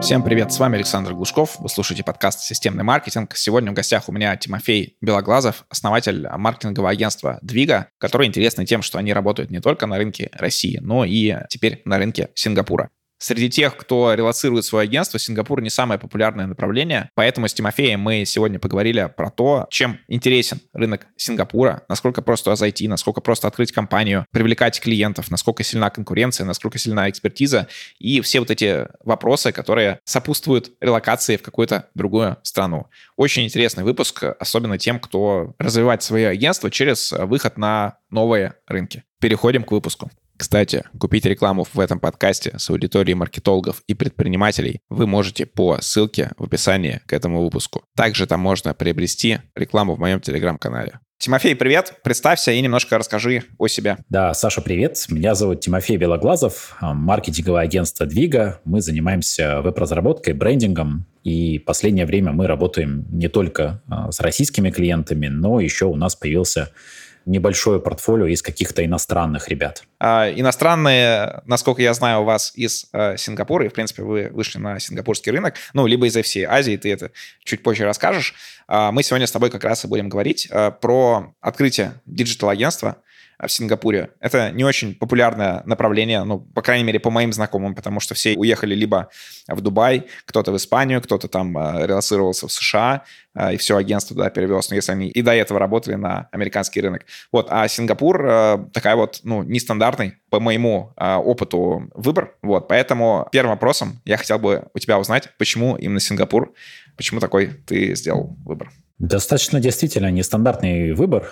Всем привет, с вами Александр Глушков, вы слушаете подкаст «Системный маркетинг». Сегодня в гостях у меня Тимофей Белоглазов, основатель маркетингового агентства «Двига», который интересны тем, что они работают не только на рынке России, но и теперь на рынке Сингапура. Среди тех, кто релоцирует свое агентство, Сингапур не самое популярное направление, поэтому с Тимофеем мы сегодня поговорили про то, чем интересен рынок Сингапура, насколько просто зайти, насколько просто открыть компанию, привлекать клиентов, насколько сильна конкуренция, насколько сильна экспертиза и все вот эти вопросы, которые сопутствуют релокации в какую-то другую страну. Очень интересный выпуск, особенно тем, кто развивает свое агентство через выход на новые рынки. Переходим к выпуску. Кстати, купить рекламу в этом подкасте с аудиторией маркетологов и предпринимателей вы можете по ссылке в описании к этому выпуску. Также там можно приобрести рекламу в моем телеграм-канале. Тимофей, привет! Представься и немножко расскажи о себе. Да, Саша, привет! Меня зовут Тимофей Белоглазов, маркетинговое агентство «Двига». Мы занимаемся веб-разработкой, брендингом. И в последнее время мы работаем не только с российскими клиентами, но еще у нас появился небольшое портфолио из каких-то иностранных ребят. Иностранные, насколько я знаю, у вас из Сингапура, и, в принципе, вы вышли на сингапурский рынок, либо из всей Азии, ты это чуть позже расскажешь. Мы сегодня с тобой как раз и будем говорить про открытие диджитал-агентства в Сингапуре. Это не очень популярное направление, по крайней мере, по моим знакомым, потому что все уехали либо в Дубай, кто-то в Испанию, кто-то там релоцировался в США, и все агентство туда перевелось, но если они и до этого работали на американский рынок. А Сингапур такая нестандартный, по моему опыту, выбор. Поэтому первым вопросом я хотел бы у тебя узнать, почему именно Сингапур, почему такой ты сделал выбор? Достаточно действительно нестандартный выбор.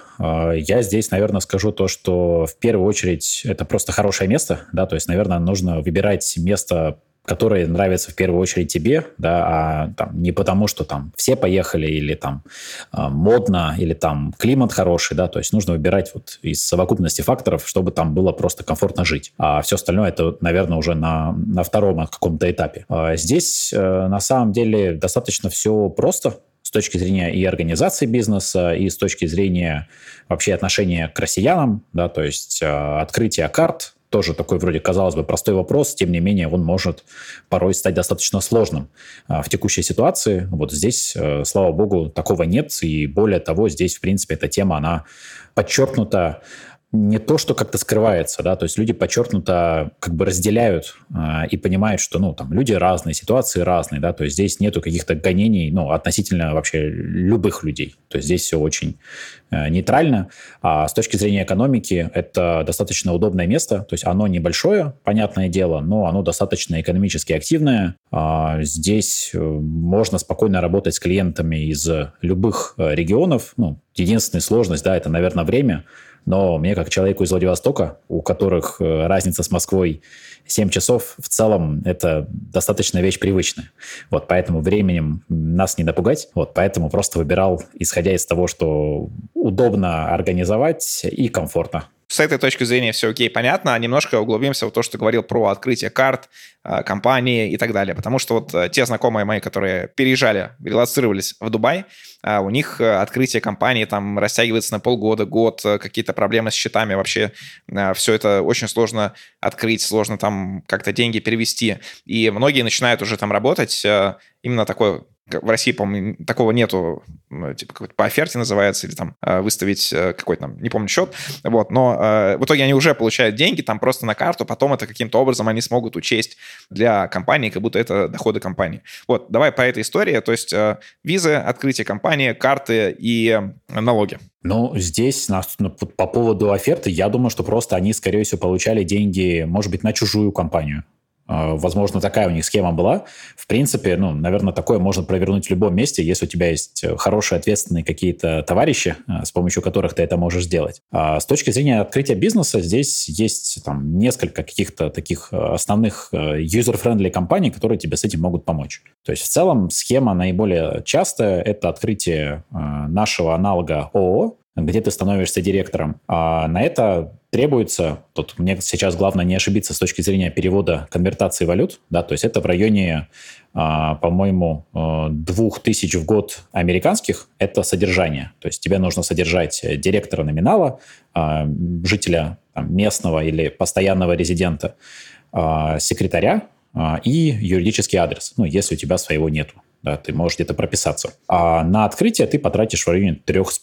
Я здесь, наверное, скажу то, что в первую очередь это просто хорошее место, да, то есть, наверное, нужно выбирать место, которое нравится в первую очередь тебе, да, не потому, что там все поехали или там модно, или там климат хороший, да, то есть нужно выбирать из совокупности факторов, чтобы там было просто комфортно жить. А все остальное это, наверное, уже на втором каком-то этапе. Здесь на самом деле достаточно все просто, с точки зрения и организации бизнеса, и с точки зрения вообще отношения к россиянам, да, то есть открытие карт, тоже такой вроде, казалось бы, простой вопрос, тем не менее он может порой стать достаточно сложным в текущей ситуации. Здесь, слава богу, такого нет, и более того, здесь, в принципе, эта тема, она подчеркнута не то, что как-то скрывается, да, то есть люди подчеркнуто как бы разделяют и понимают, что, там люди разные, ситуации разные, да, то есть здесь нету каких-то гонений, относительно вообще любых людей, то есть здесь все очень нейтрально, а с точки зрения экономики это достаточно удобное место, то есть оно небольшое, понятное дело, но оно достаточно экономически активное, здесь можно спокойно работать с клиентами из любых регионов, единственная сложность, да, это, наверное, время. Но мне, как человеку из Владивостока, у которых разница с Москвой 7 часов, в целом это достаточно вещь привычная. Поэтому временем нас не напугать. Поэтому просто выбирал, исходя из того, что удобно организовать и комфортно. С этой точки зрения все окей, понятно. Немножко углубимся в то, что ты говорил про открытие карт, компании и так далее. Потому что те знакомые мои, которые переезжали, релоцировались в Дубай, у них открытие компании там растягивается на полгода, год, какие-то проблемы с счетами. Вообще все это очень сложно открыть, сложно там как-то деньги перевести. И многие начинают уже там работать именно такой... В России, по-моему, такого нету, типа какой-то по оферте называется, или там выставить какой-то, не помню, счет, но в итоге они уже получают деньги там просто на карту, потом это каким-то образом они смогут учесть для компании, как будто это доходы компании. Давай по этой истории, то есть визы, открытие компании, карты и налоги. Здесь по поводу оферты, я думаю, что просто они, скорее всего, получали деньги, может быть, на чужую компанию. Возможно, такая у них схема была. В принципе, наверное, такое можно провернуть в любом месте, если у тебя есть хорошие, ответственные какие-то товарищи, с помощью которых ты это можешь сделать. А с точки зрения открытия бизнеса, здесь есть несколько каких-то таких основных user-friendly компаний, которые тебе с этим могут помочь. То есть, в целом, схема наиболее частая – это открытие нашего аналога ООО, где ты становишься директором. А на это требуется, тут мне сейчас главное не ошибиться с точки зрения перевода конвертации валют, да, то есть это в районе, по-моему, 2000 в год американских, это содержание. То есть тебе нужно содержать директора номинала, жителя местного или постоянного резидента, секретаря, и юридический адрес, ну, если у тебя своего нету. Да, ты можешь где-то прописаться. А на открытие ты потратишь в районе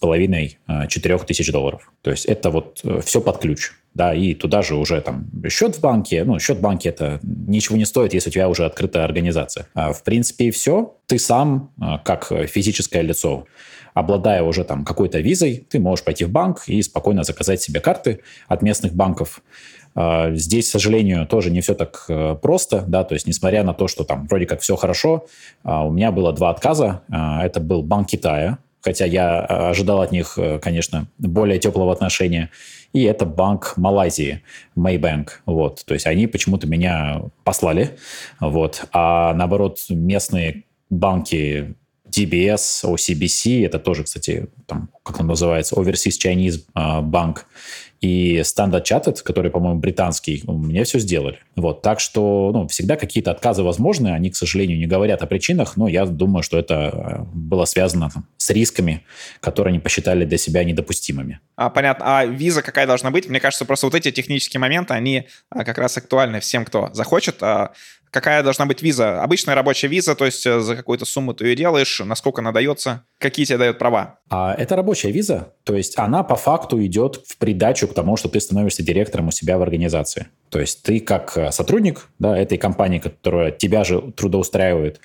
3,5-4 тысяч долларов. То есть это вот все под ключ. Да, и туда же уже там счет в банке. Ну, счет в банке это ничего не стоит, если у тебя уже открытая организация. В принципе, и все. Ты сам, как физическое лицо, обладая уже там какой-то визой, ты можешь пойти в банк и спокойно заказать себе карты от местных банков. Здесь, к сожалению, тоже не все так просто, да, то есть несмотря на то, что там вроде как все хорошо, у меня было 2 отказа. Это был Банк Китая, хотя я ожидал от них, конечно, более теплого отношения, и это Банк Малайзии, Maybank, вот, то есть они почему-то меня послали, вот, а наоборот местные банки DBS, OCBC, это тоже, кстати, там, как он называется, Overseas Chinese Bank, и Standard Chartered, который, по-моему, британский, мне все сделали. Вот, так что, ну, всегда какие-то отказы возможны, они, к сожалению, не говорят о причинах, но я думаю, что это было связано там с рисками, которые они посчитали для себя недопустимыми. Понятно. А виза какая должна быть? Мне кажется, просто вот эти технические моменты, они как раз актуальны всем, кто захочет. Какая должна быть виза? Обычная рабочая виза, то есть за какую-то сумму ты ее делаешь, насколько она дается, какие тебе дают права? Это рабочая виза, то есть она по факту идет в придачу к тому, что ты становишься директором у себя в организации. То есть ты как сотрудник, да, этой компании, которая тебя же трудоустраивает,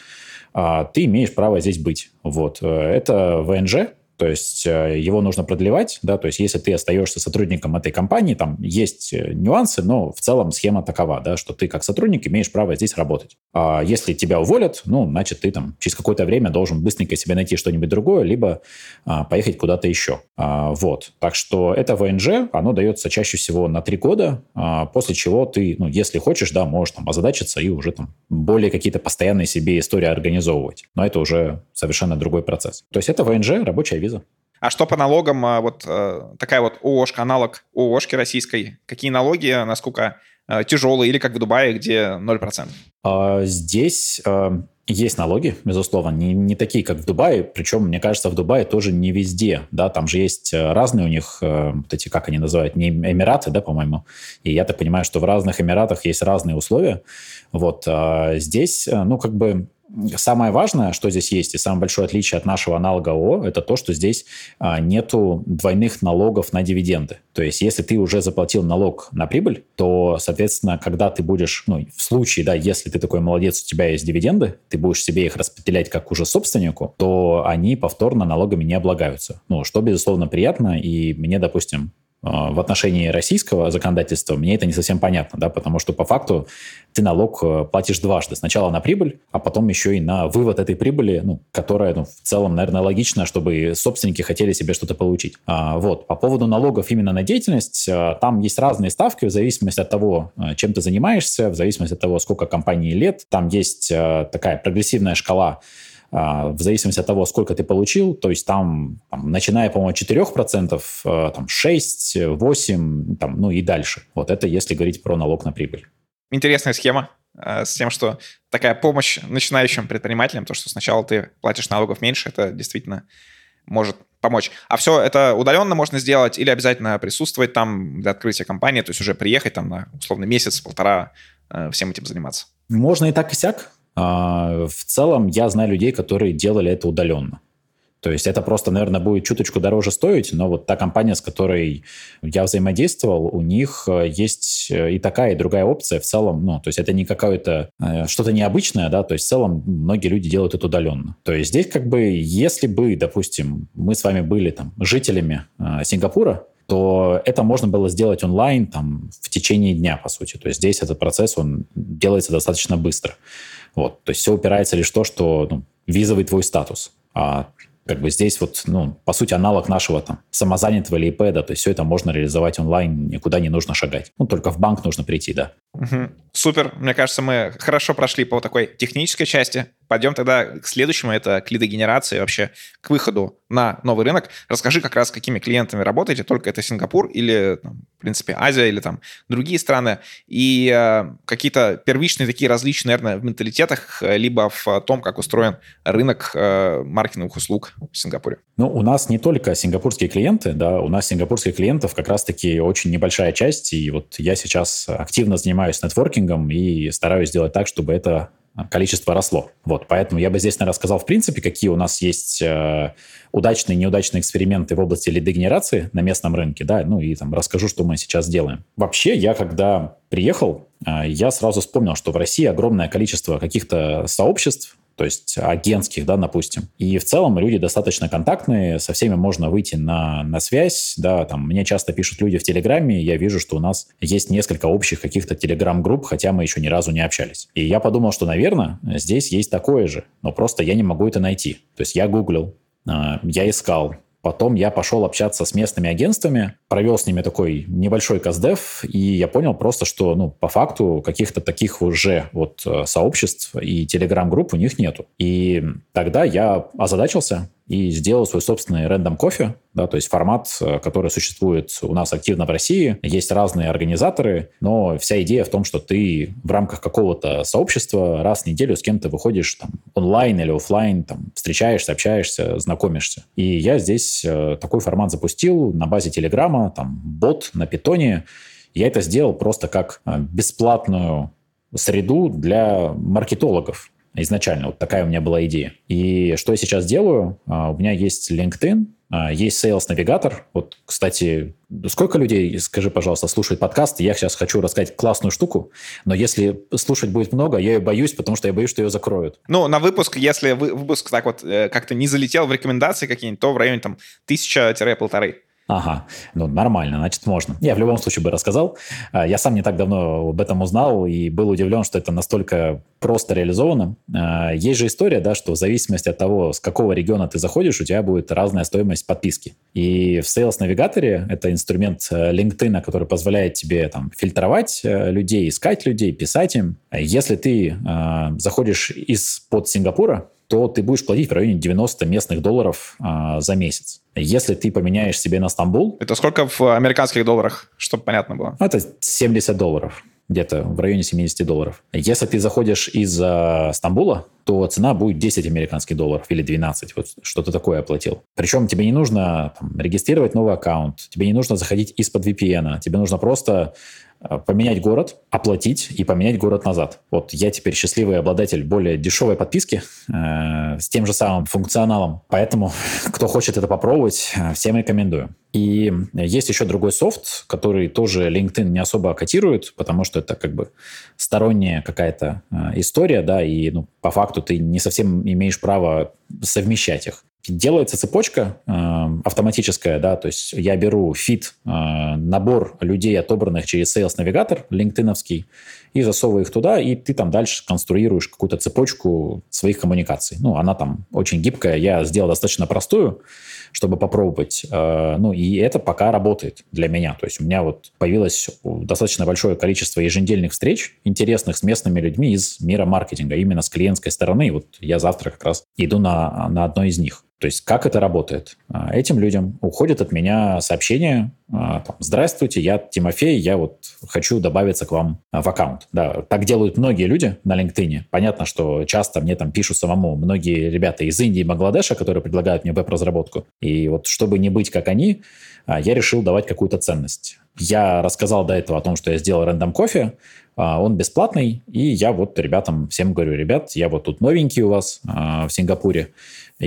ты имеешь право здесь быть. Вот. Это ВНЖ. То есть его нужно продлевать, да, то есть если ты остаешься сотрудником этой компании, там есть нюансы, но в целом схема такова, да, что ты как сотрудник имеешь право здесь работать. А если тебя уволят, ну, значит, ты там через какое-то время должен быстренько себе найти что-нибудь другое, либо поехать куда-то еще. Вот. Так что это ВНЖ, оно дается чаще всего на 3 года, после чего ты, ну, если хочешь, да, можешь там озадачиться и уже там более какие-то постоянные себе истории организовывать. Но это уже совершенно другой процесс. То есть это ВНЖ, рабочая виза. А что по налогам? Вот такая вот ООшка, аналог ООшки российской. Какие налоги, насколько тяжелые, или как в Дубае, где 0%? Здесь есть налоги, безусловно, не такие, как в Дубае. Причем, мне кажется, в Дубае тоже не везде. Да, там же есть разные у них, вот эти, как они называют, не Эмираты, да, по-моему. И я так понимаю, что в разных Эмиратах есть разные условия. Вот здесь, ну, как бы... Самое важное, что здесь есть, и самое большое отличие от нашего аналога ООО, это то, что здесь нету двойных налогов на дивиденды. То есть, если ты уже заплатил налог на прибыль, то, соответственно, когда ты будешь, ну, в случае, да, если ты такой молодец, у тебя есть дивиденды, ты будешь себе их распределять как уже собственнику, то они повторно налогами не облагаются. Ну, что, безусловно, приятно, и мне, допустим, в отношении российского законодательства мне это не совсем понятно, да, потому что по факту ты налог платишь дважды. Сначала на прибыль, а потом еще и на вывод этой прибыли, ну, которая, ну, в целом, наверное, логично, чтобы собственники хотели себе что-то получить. Вот. По поводу налогов именно на деятельность, там есть разные ставки в зависимости от того, чем ты занимаешься, в зависимости от того, сколько компании лет. Там есть такая прогрессивная шкала в зависимости от того, сколько ты получил, то есть там начиная, по-моему, от 4%, там 6, 8, там, ну и дальше. Вот это если говорить про налог на прибыль. Интересная схема с тем, что такая помощь начинающим предпринимателям, то, что сначала ты платишь налогов меньше, это действительно может помочь. А все это удаленно можно сделать или обязательно присутствовать там для открытия компании, то есть уже приехать там на, условно, месяц-полтора всем этим заниматься? Можно и так, и сяк. В целом, я знаю людей, которые делали это удаленно. То есть это просто, наверное, будет чуточку дороже стоить, но вот та компания, с которой я взаимодействовал, у них есть и такая, и другая опция в целом. Ну, то есть это не какое-то что-то необычное, да, то есть в целом многие люди делают это удаленно. То есть здесь как бы, если бы, допустим, мы с вами были там жителями Сингапура, то это можно было сделать онлайн там, в течение дня, по сути. То есть здесь этот процесс, он делается достаточно быстро. Вот. То есть все упирается лишь в то, что визовый твой статус. Как бы здесь вот, ну, по сути, аналог нашего там самозанятого или ИП, да, то есть все это можно реализовать онлайн, никуда не нужно шагать. Ну, только в банк нужно прийти, да. Супер. Мне кажется, мы хорошо прошли по такой технической части. пойдем тогда к следующему, это к лидогенерации, вообще к выходу на новый рынок. Расскажи как раз, с какими клиентами работаете, только это Сингапур или, там, в принципе, Азия или там другие страны, и какие-то первичные такие различия, наверное, в менталитетах, либо в том, как устроен рынок маркетинговых услуг в Сингапуре. Ну, у нас не только сингапурские клиенты, да, у нас сингапурских клиентов как раз-таки очень небольшая часть, и вот я сейчас активно занимаюсь нетворкингом и стараюсь сделать так, чтобы это количество росло. Вот, поэтому я бы здесь, наверное, сказал, в принципе, какие у нас есть удачные и неудачные эксперименты в области лидогенерации на местном рынке, да, ну и там расскажу, что мы сейчас делаем. Вообще, я когда приехал, я сразу вспомнил, что в России огромное количество каких-то сообществ, то есть агентских, да, допустим. И в целом люди достаточно контактные, со всеми можно выйти на связь, да, там мне часто пишут люди в Телеграме, я вижу, что у нас есть несколько общих каких-то Телеграм-групп, хотя мы еще ни разу не общались. И я подумал, что, наверное, здесь есть такое же, но просто я не могу это найти. То есть я гуглил, я искал. Потом я пошел общаться с местными агентствами, провел с ними такой небольшой каздев, и я понял просто, что, ну, по факту каких-то таких уже вот сообществ и телеграм-групп у них нету. И тогда я озадачился и сделал свой собственный Random Coffee, да, то есть формат, который существует у нас активно в России. Есть разные организаторы, но вся идея в том, что ты в рамках какого-то сообщества раз в неделю с кем-то выходишь там, онлайн или офлайн, там, встречаешься, общаешься, знакомишься. И я здесь такой формат запустил на базе Телеграма, там, бот на питоне. Я это сделал просто как бесплатную среду для маркетологов. Изначально вот такая у меня была идея. И что я сейчас делаю? У меня есть LinkedIn, есть Sales Navigator. Вот, кстати, сколько людей, скажи, пожалуйста, слушает подкаст? Я сейчас хочу рассказать классную штуку, но если слушать будет много, я ее боюсь, потому что я боюсь, что ее закроют. Ну, на выпуск, если выпуск так вот как-то не залетел в рекомендации какие-нибудь, то в районе там 1000-1500. Ага, ну нормально, значит, можно. Я в любом случае бы рассказал. Я сам не так давно об этом узнал и был удивлен, что это настолько просто реализовано. Есть же история, да, что в зависимости от того, с какого региона ты заходишь, у тебя будет разная стоимость подписки. И в Sales Navigator это инструмент LinkedIn, который позволяет тебе там фильтровать людей, искать людей, писать им. Если ты заходишь из-под Сингапура, то ты будешь платить в районе 90 местных долларов за месяц. Если ты поменяешь себе на Стамбул... Это сколько в американских долларах, чтобы понятно было? Это $70, где-то в районе $70. Если ты заходишь из Стамбула, то цена будет 10 американских долларов или 12. Вот что-то такое я платил. Причем тебе не нужно там, регистрировать новый аккаунт, тебе не нужно заходить из-под VPN, тебе нужно просто поменять город, оплатить и поменять город назад. Вот я теперь счастливый обладатель более дешевой подписки с тем же самым функционалом. Поэтому, кто хочет это попробовать, всем рекомендую. И есть еще другой софт, который тоже LinkedIn не особо котирует, потому что это как бы сторонняя какая-то история, да, и ну, по факту ты не совсем имеешь право совмещать их. Делается цепочка автоматическая, да, то есть я беру фид, набор людей, отобранных через Sales Navigator, LinkedIn-овский, и засовываю их туда, и ты там дальше конструируешь какую-то цепочку своих коммуникаций. Ну, она там очень гибкая, я сделал достаточно простую, чтобы попробовать. Ну, и это пока работает для меня. То есть у меня вот появилось достаточно большое количество еженедельных встреч, интересных с местными людьми из мира маркетинга, именно с клиентской стороны. Вот я завтра как раз иду на одной из них. То есть как это работает? Этим людям уходит от меня сообщение: «Здравствуйте, я Тимофей, я вот хочу добавиться к вам в аккаунт». Да, так делают многие люди на LinkedIn. Понятно, что часто мне там пишут самому многие ребята из Индии и Бангладеша, которые предлагают мне веб-разработку. И вот чтобы не быть как они, я решил давать какую-то ценность. Я рассказал до этого о том, что я сделал Random Coffee, он бесплатный, и я вот ребятам всем говорю: ребят, я вот тут новенький у вас в Сингапуре,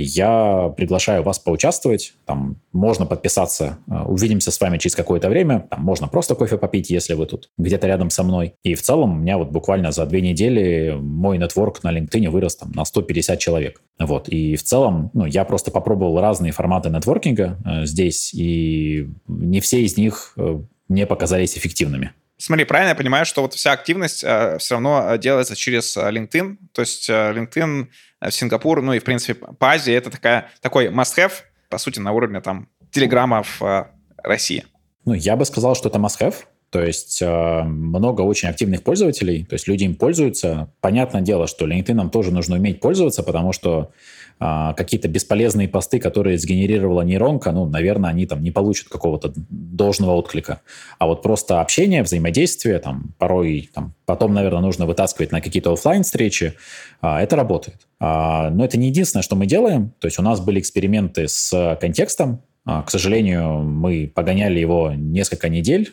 я приглашаю вас поучаствовать, там можно подписаться, увидимся с вами через какое-то время, там можно просто кофе попить, если вы тут где-то рядом со мной. И в целом у меня вот буквально за 2 недели мой нетворк на LinkedIn вырос там на 150 человек. Вот. И в целом, ну, я просто попробовал разные форматы нетворкинга здесь, и не все из них мне показались эффективными. Смотри, правильно я понимаю, что вот вся активность все равно делается через LinkedIn, то есть LinkedIn в Сингапур, ну и, в принципе, по Азии это такой must-have, по сути, на уровне там Телеграма в России. Ну, я бы сказал, что это must-have, То есть много очень активных пользователей, то есть люди им пользуются. Понятное дело, что LinkedIn тоже нужно уметь пользоваться, потому что какие-то бесполезные посты, которые сгенерировала нейронка, ну, наверное, они там не получат какого-то должного отклика. А вот просто общение, взаимодействие, там, порой там, потом, наверное, нужно вытаскивать на какие-то офлайн встречи, это работает. Но это не единственное, что мы делаем. То есть у нас были эксперименты с контекстом. К сожалению, мы погоняли его несколько недель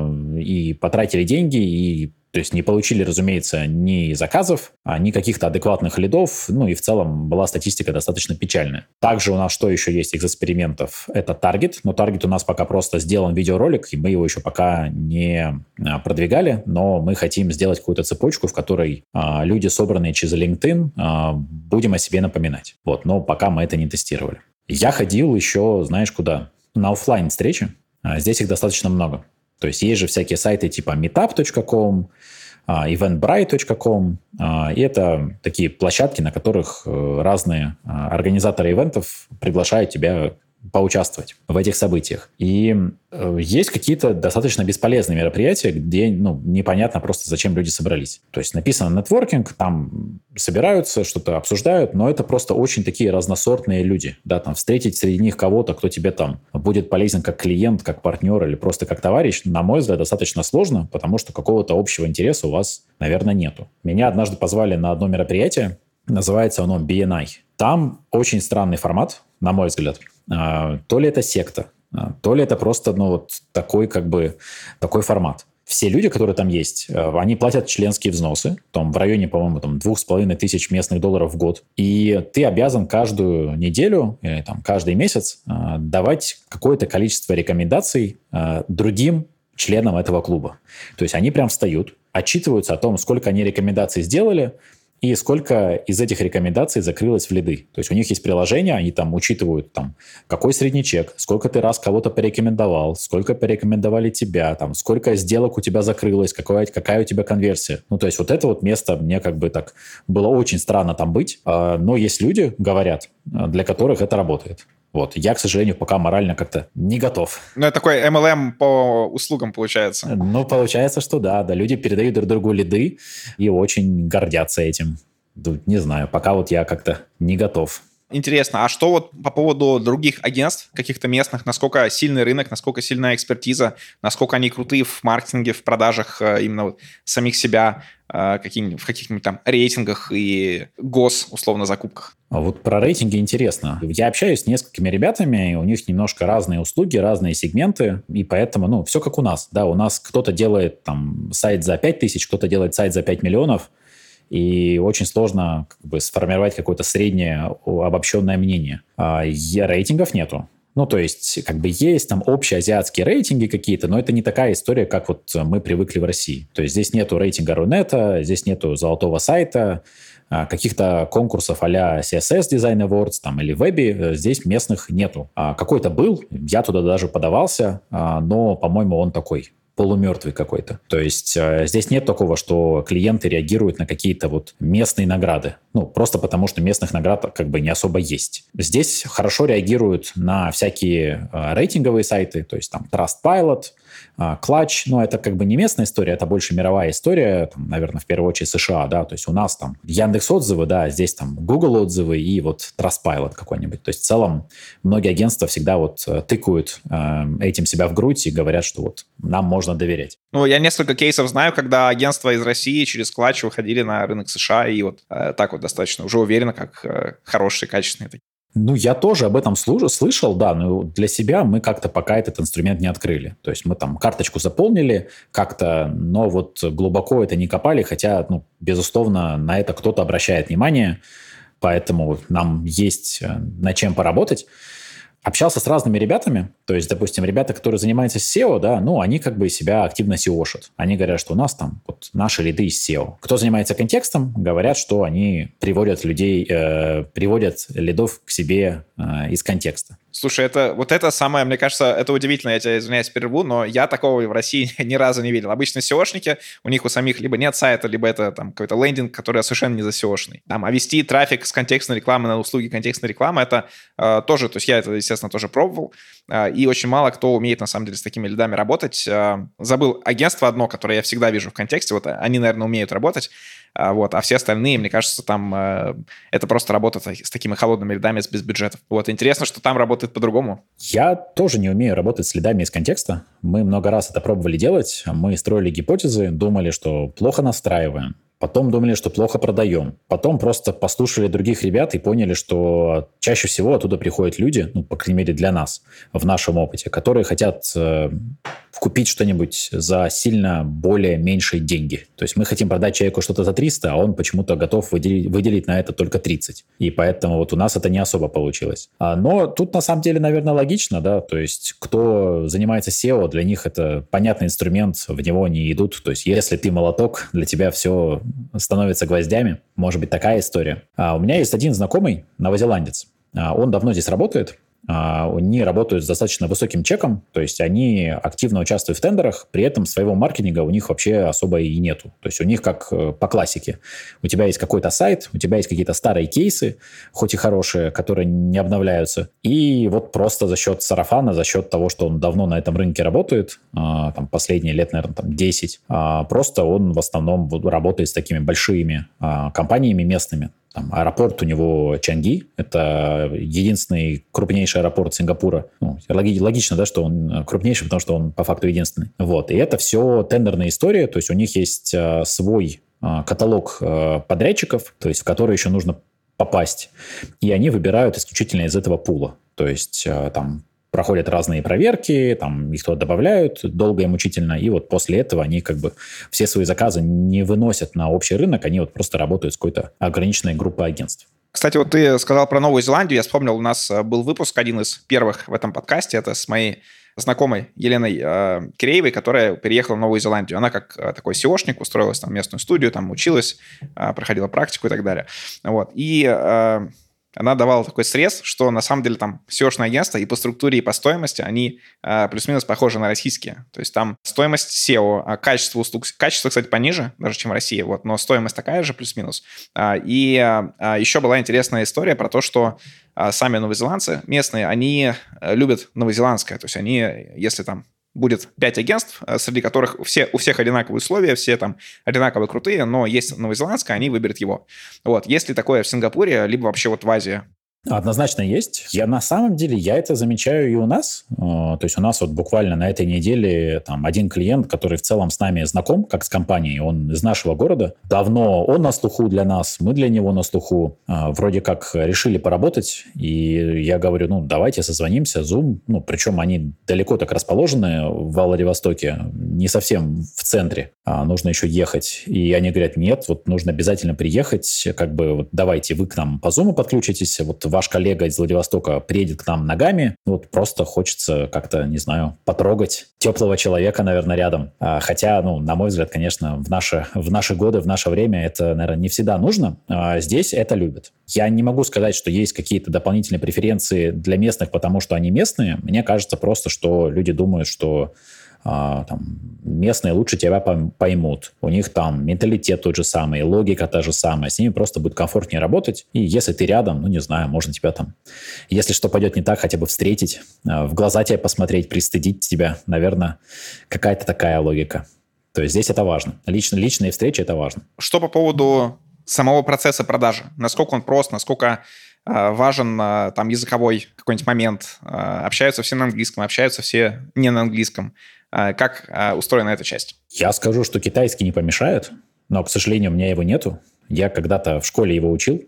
и потратили деньги, и то есть не получили, разумеется, ни заказов, ни каких-то адекватных лидов, ну и в целом была статистика достаточно печальная. Также у нас что еще есть из экспериментов? Это таргет, но таргет у нас пока просто сделан видеоролик, и мы его еще пока не продвигали, но мы хотим сделать какую-то цепочку, в которой люди, собранные через LinkedIn, будем о себе напоминать. Вот, но пока мы это не тестировали. Я ходил еще, знаешь, куда? На офлайн встречи. Здесь их достаточно много. То есть есть же всякие сайты типа meetup.com, eventbrite.com. И это такие площадки, на которых разные организаторы ивентов приглашают тебя поучаствовать в этих событиях. И есть какие-то достаточно бесполезные мероприятия, где непонятно просто, зачем люди собрались. То есть написано нетворкинг, там собираются, что-то обсуждают, но это просто очень такие разносортные люди. Да, там встретить среди них кого-то, кто тебе там будет полезен как клиент, как партнер или просто как товарищ, на мой взгляд, достаточно сложно, потому что какого-то общего интереса у вас, наверное, нету. Меня однажды позвали на одно мероприятие, называется оно BNI. Там очень странный формат, на мой взгляд. То ли это секта, то ли это просто такой такой формат. Все люди, которые там есть, они платят членские взносы, там в районе, по-моему, $2500 местных долларов в год. И ты обязан каждую неделю или там, каждый месяц давать какое-то количество рекомендаций другим членам этого клуба. То есть они прям встают, отчитываются о том, сколько они рекомендаций сделали, и сколько из этих рекомендаций закрылось в лиды. То есть у них есть приложение, они там учитывают, какой средний чек, сколько ты раз кого-то порекомендовал, сколько порекомендовали тебя, сколько сделок у тебя закрылось, какая у тебя конверсия. Ну, то есть вот это вот место мне так было очень странно там быть. Но есть люди, говорят, для которых это работает. Вот. Я, к сожалению, пока морально как-то не готов. Ну, это такой MLM по услугам получается. Ну, получается, что да. Люди передают друг другу лиды и очень гордятся этим. Не знаю, пока вот я как-то не готов. Интересно, а что вот по поводу других агентств, каких-то местных, насколько сильный рынок, насколько сильная экспертиза, насколько они крутые в маркетинге, в продажах именно самих себя, в каких-нибудь там рейтингах и условно, закупках? А вот про рейтинги интересно. Я общаюсь с несколькими ребятами, у них немножко разные услуги, разные сегменты, и поэтому, все как у нас. Да, у нас кто-то делает сайт за 5000, кто-то делает сайт за 5 миллионов, и очень сложно сформировать какое-то среднее обобщенное мнение. Рейтингов нету. То есть, есть там общеазиатские рейтинги какие-то, но это не такая история, как вот мы привыкли в России. То есть здесь нету рейтинга Рунета, здесь нету золотого сайта, каких-то конкурсов а-ля CSS Design Awards или Webby здесь местных нету. Какой-то был, я туда даже подавался, но, по-моему, он такой полумертвый какой-то. То есть здесь нет такого, что клиенты реагируют на какие-то местные награды. Просто потому, что местных наград не особо есть. Здесь хорошо реагируют на всякие рейтинговые сайты, то есть Trustpilot, Clutch, но это не местная история, это больше мировая история, наверное, в первую очередь США, да, то есть у нас Яндекс.Отзывы, да, здесь Google отзывы и Trustpilot какой-нибудь. То есть в целом многие агентства всегда тыкают этим себя в грудь и говорят, что нам можно доверять. Я несколько кейсов знаю, когда агентства из России через Clutch выходили на рынок США и так достаточно уже уверенно, как хорошие, качественные такие. Я тоже об этом слышал, да, но для себя мы как-то пока этот инструмент не открыли. То есть мы карточку заполнили как-то, но глубоко это не копали, хотя, безусловно, на это кто-то обращает внимание, поэтому нам есть над чем поработать. Общался с разными ребятами, то есть, допустим, ребята, которые занимаются SEO, да, они себя активно SEO-шат. Они говорят, что у нас наши лиды из SEO. Кто занимается контекстом, говорят, что они приводят лидов к себе из контекста. Слушай, это самое, мне кажется, это удивительно, я тебя, извиняюсь, перерву, но я такого в России ни разу не видел. Обычно SEOшники, у них у самих либо нет сайта, либо это какой-то лендинг, который совершенно не за SEOшный. А вести трафик с контекстной рекламы на услуги контекстной рекламы, это тоже, то есть я это, естественно, естественно, тоже пробовал. И очень мало кто умеет, на самом деле, с такими лидами работать. Забыл агентство одно, которое я всегда вижу в контексте. Вот они, наверное, умеют работать. Вот, а все остальные, мне кажется, там это просто работа с такими холодными лидами без бюджетов. Вот, интересно, что там работает по-другому. Я тоже не умею работать с лидами из контекста. Мы много раз это пробовали делать. Мы строили гипотезы, думали, что плохо настраиваем. Потом думали, что плохо продаем. Потом просто послушали других ребят и поняли, что чаще всего оттуда приходят люди, ну, по крайней мере, для нас, в нашем опыте, которые хотят купить что-нибудь за сильно более меньшие деньги. То есть мы хотим продать человеку что-то за 300, а он почему-то готов выделить на это только 30. И поэтому вот у нас это не особо получилось. Но тут на самом деле, наверное, логично, да, то есть кто занимается SEO, для них это понятный инструмент, в него не идут. То есть если ты молоток, для тебя все становится гвоздями. Может быть, такая история. У меня есть один знакомый, новозеландец. Он давно здесь работает. Они работают с достаточно высоким чеком, то есть они активно участвуют в тендерах, при этом своего маркетинга у них вообще особо и нету. То есть у них как по классике. У тебя есть какой-то сайт, у тебя есть какие-то старые кейсы, хоть и хорошие, которые не обновляются. И вот просто за счет сарафана, за счет того, что он давно на этом рынке работает, там последние лет, наверное, там 10, просто он в основном работает с такими большими компаниями местными. Там, аэропорт у него Чанги, это единственный крупнейший аэропорт Сингапура. Ну, логично, да, что он крупнейший, потому что он по факту единственный. Вот. И это все тендерная история, то есть у них есть свой каталог подрядчиков, то есть в который еще нужно попасть. И они выбирают исключительно из этого пула. То есть там проходят разные проверки, там их туда добавляют долго и мучительно, и вот после этого они как бы все свои заказы не выносят на общий рынок, они вот просто работают с какой-то ограниченной группой агентств. Кстати, вот ты сказал про Новую Зеландию, я вспомнил, у нас был выпуск, один из первых в этом подкасте, это с моей знакомой Еленой Киреевой, которая переехала в Новую Зеландию. Она как такой SEOшник устроилась там в местную студию, там училась, проходила практику и так далее. Вот. И она давала такой срез, что на самом деле там SEO-шные агентства и по структуре, и по стоимости, они плюс-минус похожи на российские. То есть там стоимость SEO, качество услуг, качество, кстати, пониже, даже чем в России, вот, но стоимость такая же, плюс-минус. И еще была интересная история про то, что сами новозеландцы местные, они любят новозеландское. То есть они, если там будет 5 агентств, среди которых у всех одинаковые условия, все там одинаково крутые, но есть новозеландское, они выберут его. Вот. Есть ли такое в Сингапуре, либо вообще вот в Азии? Однозначно есть. На самом деле, я это замечаю и у нас. То есть у нас вот буквально на этой неделе там один клиент, который в целом с нами знаком, как с компанией, он из нашего города. Давно он на слуху для нас, мы для него на слуху. Вроде как решили поработать, и я говорю, ну, давайте созвонимся, Zoom. Ну, причем они далеко так расположены в Владивостоке, не совсем в центре. Нужно еще ехать. И они говорят, нет, вот нужно обязательно приехать, как бы вот давайте вы к нам по Zoom подключитесь, вот ваш коллега из Владивостока приедет к нам ногами, вот просто хочется как-то, не знаю, потрогать теплого человека, наверное, рядом. Хотя, ну, на мой взгляд, конечно, в наши годы, в наше время это, наверное, не всегда нужно. Здесь это любят. Я не могу сказать, что есть какие-то дополнительные преференции для местных, потому что они местные. Мне кажется просто, что люди думают, что там, местные лучше тебя поймут. У них там менталитет тот же самый, логика та же самая. С ними просто будет комфортнее работать. И если ты рядом, ну, не знаю, можно тебя там, если что пойдет не так, хотя бы встретить, в глаза тебе посмотреть, пристыдить тебя. Наверное, какая-то такая логика. То есть здесь это важно. Личные встречи – это важно. Что по поводу самого процесса продажи? Насколько он прост, насколько важен там языковой какой-нибудь момент? Общаются все на английском, общаются все не на английском. Как устроена эта часть? Я скажу, что китайский не помешает, но, к сожалению, у меня его нету. Я когда-то в школе его учил,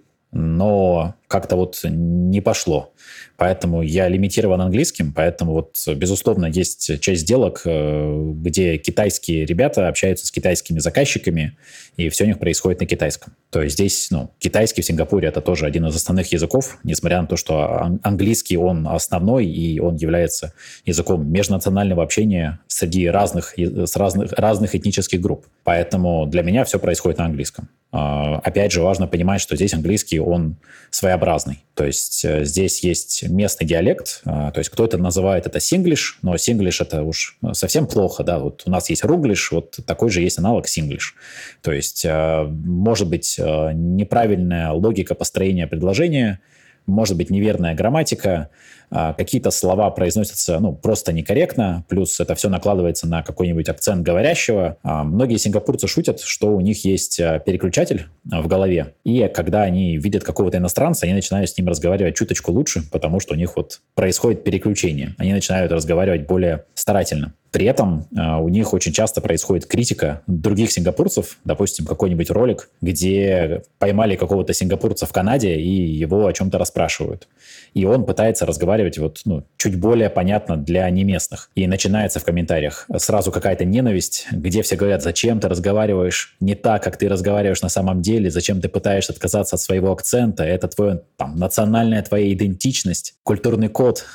но как-то вот не пошло. Поэтому я лимитирован английским, поэтому вот, безусловно, есть часть сделок, где китайские ребята общаются с китайскими заказчиками, и все у них происходит на китайском. То есть здесь, ну, китайский в Сингапуре – это тоже один из основных языков, несмотря на то, что английский, он основной, и он является языком межнационального общения среди разных этнических групп. Поэтому для меня все происходит на английском. Опять же, важно понимать, что здесь английский, он своеобразный. То есть здесь есть местный диалект, то есть кто-то называет это синглиш, но синглиш это уж совсем плохо, да, вот у нас есть руглиш, вот такой же есть аналог синглиш. То есть может быть неправильная логика построения предложения, может быть неверная грамматика, какие-то слова произносятся, просто некорректно, плюс это все накладывается на какой-нибудь акцент говорящего. Многие сингапурцы шутят, что у них есть переключатель в голове, и когда они видят какого-то иностранца, они начинают с ним разговаривать чуточку лучше, потому что у них происходит переключение. Они начинают разговаривать более старательно. При этом у них очень часто происходит критика других сингапурцев. Допустим, какой-нибудь ролик, где поймали какого-то сингапурца в Канаде и его о чем-то расспрашивают. И он пытается разговаривать чуть более понятно для неместных. И начинается в комментариях сразу какая-то ненависть, где все говорят: зачем ты разговариваешь не так, как ты разговариваешь на самом деле, зачем ты пытаешься отказаться от своего акцента, это национальная твоя идентичность, культурный код.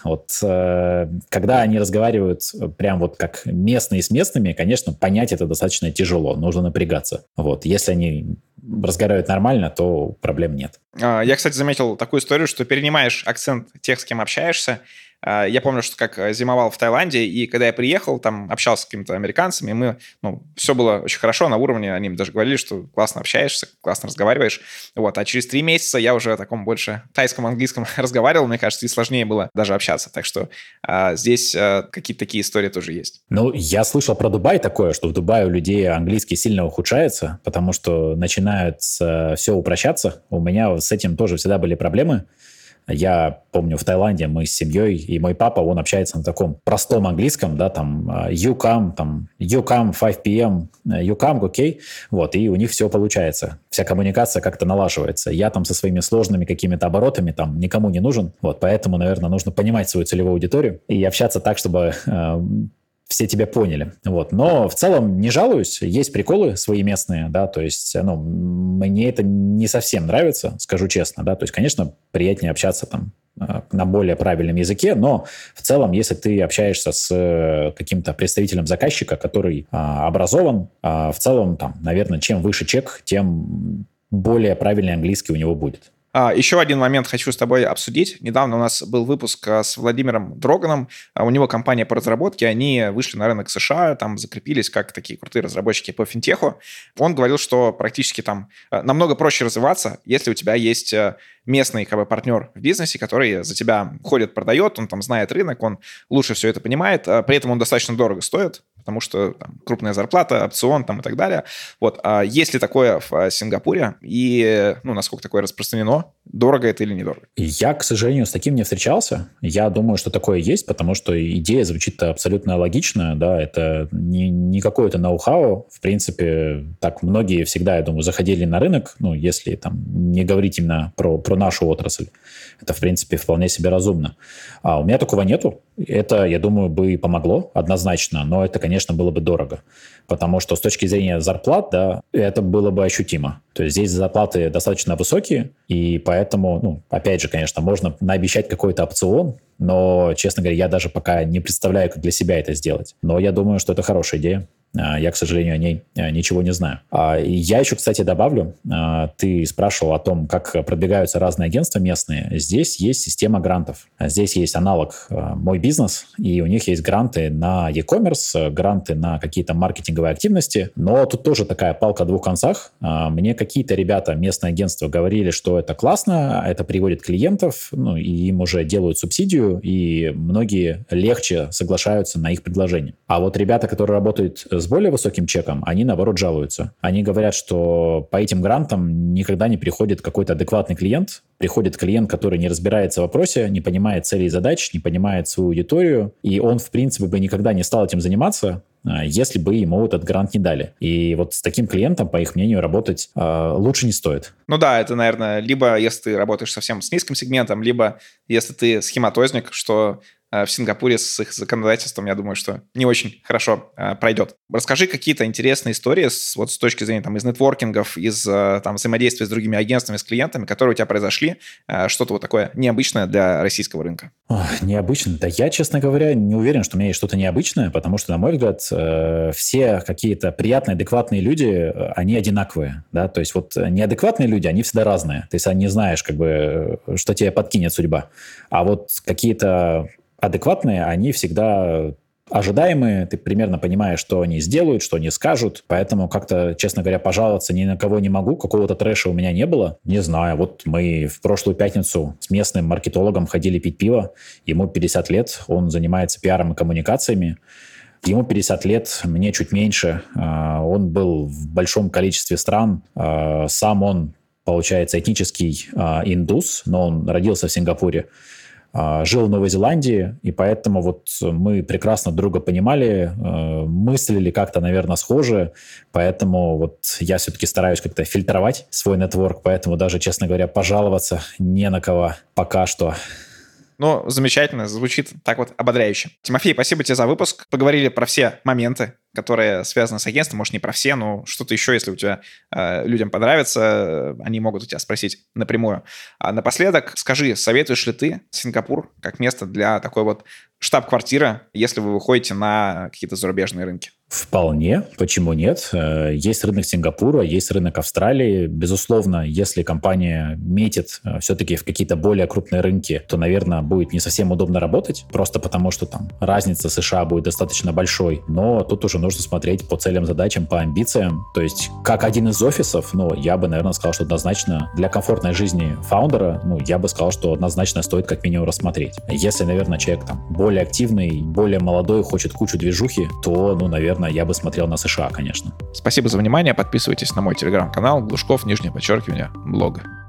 Когда они разговаривают прям как местные с местными, конечно, понять это достаточно тяжело, нужно напрягаться. Если они разговаривают нормально, то проблем нет. Я, кстати, заметил такую историю, что перенимаешь акцент тех, с кем общаешься. Я помню, что как зимовал в Таиланде, и когда я приехал, там общался с какими-то американцами, и мы, все было очень хорошо на уровне, они мне даже говорили, что классно общаешься, классно разговариваешь. А через 3 месяца я уже о таком больше тайском, английском разговаривал, мне кажется, и сложнее было даже общаться. Так что здесь какие-то такие истории тоже есть. Я слышал про Дубай такое, что в Дубае у людей английский сильно ухудшается, потому что начинают все упрощаться. У меня с этим тоже всегда были проблемы. Я помню, в Таиланде мы с семьей, и мой папа, он общается на таком простом английском, да, you come 5 p.m., you come, окей, и у них все получается. Вся коммуникация как-то налаживается. Я со своими сложными какими-то оборотами никому не нужен, поэтому, наверное, нужно понимать свою целевую аудиторию и общаться так, чтобы все тебя поняли. Но в целом не жалуюсь, есть приколы свои местные, да, то есть, мне это не совсем нравится, скажу честно, да, то есть, конечно, приятнее общаться на более правильном языке, но в целом, если ты общаешься с каким-то представителем заказчика, который образован, в целом, наверное, чем выше чек, тем более правильный английский у него будет. Еще один момент хочу с тобой обсудить. Недавно у нас был выпуск с Владимиром Дроганом. У него компания по разработке. Они вышли на рынок США, закрепились как такие крутые разработчики по финтеху. Он говорил, что практически намного проще развиваться, если у тебя есть местный партнер в бизнесе, который за тебя ходит, продает, он знает рынок, он лучше все это понимает. При этом он достаточно дорого стоит, потому что крупная зарплата, опцион и так далее. Есть ли такое в Сингапуре? И насколько такое распространено? Дорого это или недорого? Я, к сожалению, с таким не встречался. Я думаю, что такое есть, потому что идея звучит абсолютно логично. Да, это не какое-то ноу-хау. В принципе, так многие всегда, я думаю, заходили на рынок, если не говорить именно про нашу отрасль. Это, в принципе, вполне себе разумно. А у меня такого нету. Это, я думаю, бы помогло однозначно, но это, конечно, было бы дорого. Потому что с точки зрения зарплат, да, это было бы ощутимо. То есть здесь зарплаты достаточно высокие, и поэтому, опять же, конечно, можно наобещать какой-то опцион, но, честно говоря, я даже пока не представляю, как для себя это сделать. Но я думаю, что это хорошая идея. Я, к сожалению, о ней ничего не знаю. И я еще, кстати, добавлю, ты спрашивал о том, как продвигаются разные агентства местные. Здесь есть система грантов. Здесь есть аналог «Мой бизнес», и у них есть гранты на e-commerce, гранты на какие-то маркетинговые активности. Но тут тоже такая палка о двух концах. Мне какие-то ребята, местные агентства, говорили, что это классно, это приводит клиентов, и им уже делают субсидию, и многие легче соглашаются на их предложение. А ребята, которые работают с более высоким чеком, они, наоборот, жалуются. Они говорят, что по этим грантам никогда не приходит какой-то адекватный клиент. Приходит клиент, который не разбирается в вопросе, не понимает целей и задач, не понимает свою аудиторию, и он, в принципе, бы никогда не стал этим заниматься, если бы ему этот грант не дали. И с таким клиентом, по их мнению, работать лучше не стоит. Это, наверное, либо если ты работаешь совсем с низким сегментом, либо если ты схематозник, что в Сингапуре с их законодательством, я думаю, что не очень хорошо пройдет. Расскажи какие-то интересные истории с точки зрения из нетворкингов, из взаимодействия с другими агентствами, с клиентами, которые у тебя произошли, что-то такое необычное для российского рынка. Необычно? Да я, честно говоря, не уверен, что у меня есть что-то необычное, потому что, на мой взгляд, все какие-то приятные, адекватные люди, они одинаковые. Да? То есть неадекватные люди, они всегда разные. Ты сам не знаешь, что тебе подкинет судьба. А какие-то адекватные, они всегда ожидаемые, ты примерно понимаешь, что они сделают, что они скажут, поэтому как-то, честно говоря, пожаловаться ни на кого не могу, какого-то трэша у меня не было. Не знаю, вот мы в прошлую пятницу с местным маркетологом ходили пить пиво, ему 50 лет, он занимается пиаром и коммуникациями, ему 50 лет, мне чуть меньше, он был в большом количестве стран, сам он, получается, этнический индус, но он родился в Сингапуре, жил в Новой Зеландии, и поэтому вот мы прекрасно друга понимали, мыслили как-то, наверное, схоже, поэтому вот я все-таки стараюсь как-то фильтровать свой нетворк, поэтому даже, честно говоря, пожаловаться не на кого пока что. Ну, замечательно, звучит так вот ободряюще. Тимофей, спасибо тебе за выпуск. Поговорили про все моменты, которые связаны с агентством. Может, не про все, но что-то еще, если у тебя людям понравится, они могут у тебя спросить напрямую. А напоследок скажи, советуешь ли ты Сингапур как место для такой вот штаб-квартиры, если вы выходите на какие-то зарубежные рынки? Вполне. Почему нет? Есть рынок Сингапура, есть рынок Австралии. Безусловно, если компания метит все-таки в какие-то более крупные рынки, то, наверное, будет не совсем удобно работать, просто потому что там разница США будет достаточно большой. Но тут уже нужно смотреть по целям, задачам, по амбициям. То есть, как один из офисов, я бы, наверное, сказал, что однозначно для комфортной жизни фаундера, я бы сказал, что однозначно стоит как минимум рассмотреть. Если, наверное, человек там более активный, более молодой, хочет кучу движухи, то, наверное, я бы смотрел на США, конечно. Спасибо за внимание. Подписывайтесь на мой телеграм-канал Глушков, _блога.